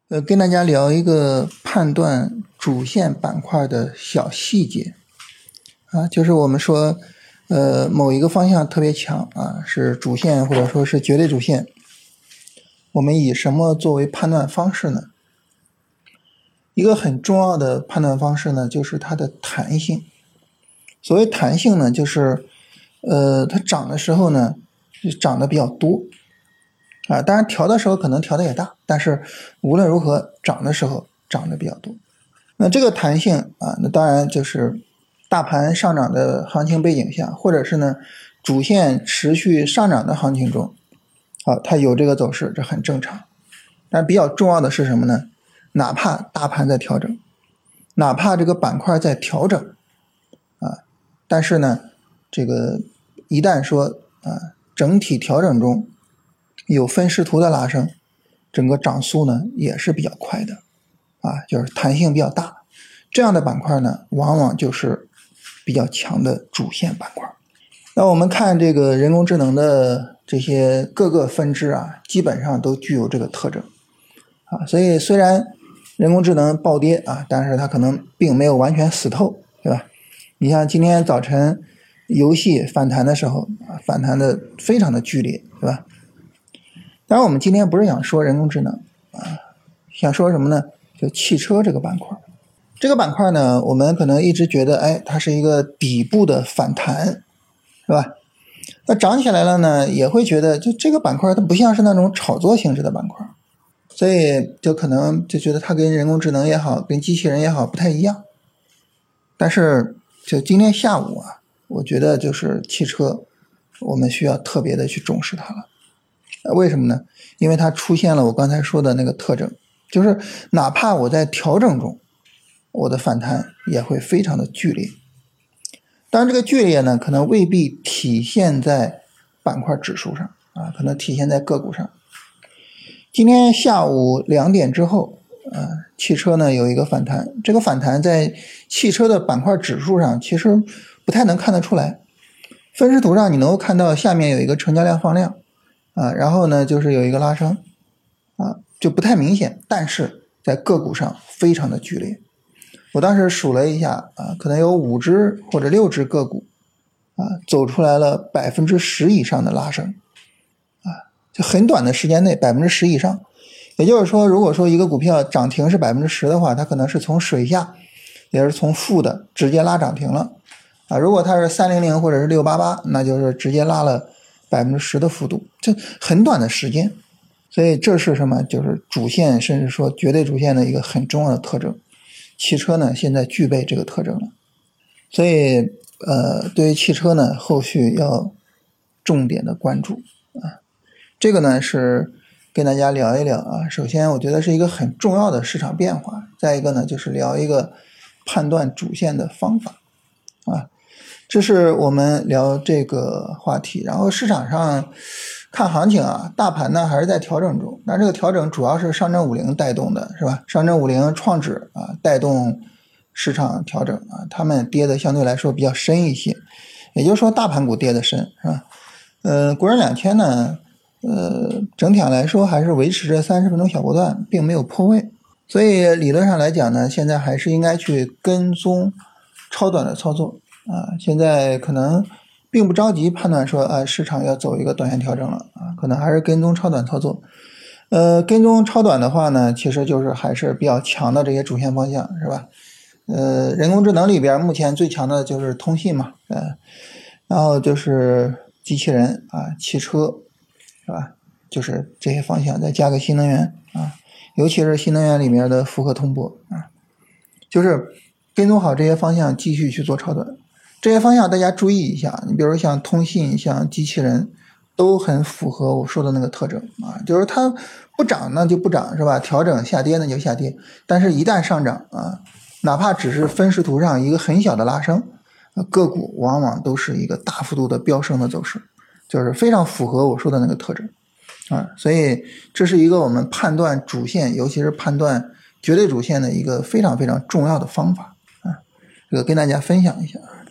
跟大家聊一个判断主线板块的小细节啊，就是我们说，某一个方向特别强啊，是主线或者说是绝对主线，我们以什么作为判断方式呢？一个很重要的判断方式呢，就是它的弹性。所谓弹性呢，就是它涨的时候呢，涨得比较多啊，当然调的时候可能调的也大，但是无论如何涨的时候涨得比较多。那这个弹性啊，那当然就是大盘上涨的行情背景下，或者是呢主线持续上涨的行情中，它有这个走势，这很正常。但比较重要的是什么呢？哪怕大盘在调整，哪怕这个板块在调整啊，但是呢这个一旦说整体调整中有分时图的拉升，整个涨速呢也是比较快的啊，就是弹性比较大。这样的板块呢，往往就是比较强的主线板块。那我们看这个人工智能的这些各个分支啊，基本上都具有这个特征啊。所以虽然人工智能暴跌啊，但是它可能并没有完全死透，对吧？你像今天早晨游戏反弹的时候啊，反弹的非常的剧烈，对吧？当然我们今天不是想说人工智能啊，想说什么呢？就汽车这个板块。这个板块呢，我们可能一直觉得它是一个底部的反弹，是吧？那涨起来了呢，也会觉得就这个板块它不像是那种炒作性质的板块，所以就可能就觉得它跟人工智能也好，跟机器人也好不太一样。但是就今天下午啊，我觉得就是汽车我们需要特别的去重视它了。为什么呢？因为它出现了我刚才说的那个特征，就是哪怕我在调整中，我的反弹也会非常的剧烈。当然这个剧烈呢，可能未必体现在板块指数上啊，可能体现在个股上。今天下午2点之后汽车呢有一个反弹，这个反弹在汽车的板块指数上其实不太能看得出来。分时图上你能够看到下面有一个成交量放量然后呢就是有一个拉升就不太明显，但是在个股上非常的剧烈。我当时数了一下可能有5只或者6只个股走出来了10%以上的拉升就很短的时间内10%以上。也就是说，如果说一个股票涨停是10%的话，它可能是从水下，也是从负的直接拉涨停了如果它是300或者是688，那就是直接拉了10%的幅度，就很短的时间。所以这是什么？就是主线甚至说绝对主线的一个很重要的特征。汽车呢现在具备这个特征了，所以对于汽车呢后续要重点的关注这个呢是跟大家聊一聊首先我觉得是一个很重要的市场变化，再一个呢就是聊一个判断主线的方法这是我们聊这个话题。然后市场上看行情大盘呢还是在调整中，那这个调整主要是上证50带动的，是吧？上证50创指带动市场调整他们跌的相对来说比较深一些，也就是说大盘股跌的深，是吧？国人2000呢整体上来说还是维持着30分钟小波段，并没有破位，所以理论上来讲呢，现在还是应该去跟踪超短的操作现在可能并不着急判断说市场要走一个短线调整了可能还是跟踪超短操作。跟踪超短的话呢，其实就是还是比较强的这些主线方向，是吧？人工智能里边目前最强的就是通信嘛然后就是机器人汽车，是吧？就是这些方向，再加个新能源尤其是新能源里面的复合通波就是跟踪好这些方向，继续去做超短。这些方向大家注意一下，你比如像通信、像机器人，都很符合我说的那个特征就是它不涨那就不涨，是吧？调整下跌那就下跌，但是一旦上涨哪怕只是分时图上一个很小的拉升个股往往都是一个大幅度的飙升的走势，就是非常符合我说的那个特征所以这是一个我们判断主线，尤其是判断绝对主线的一个非常非常重要的方法这个跟大家分享一下。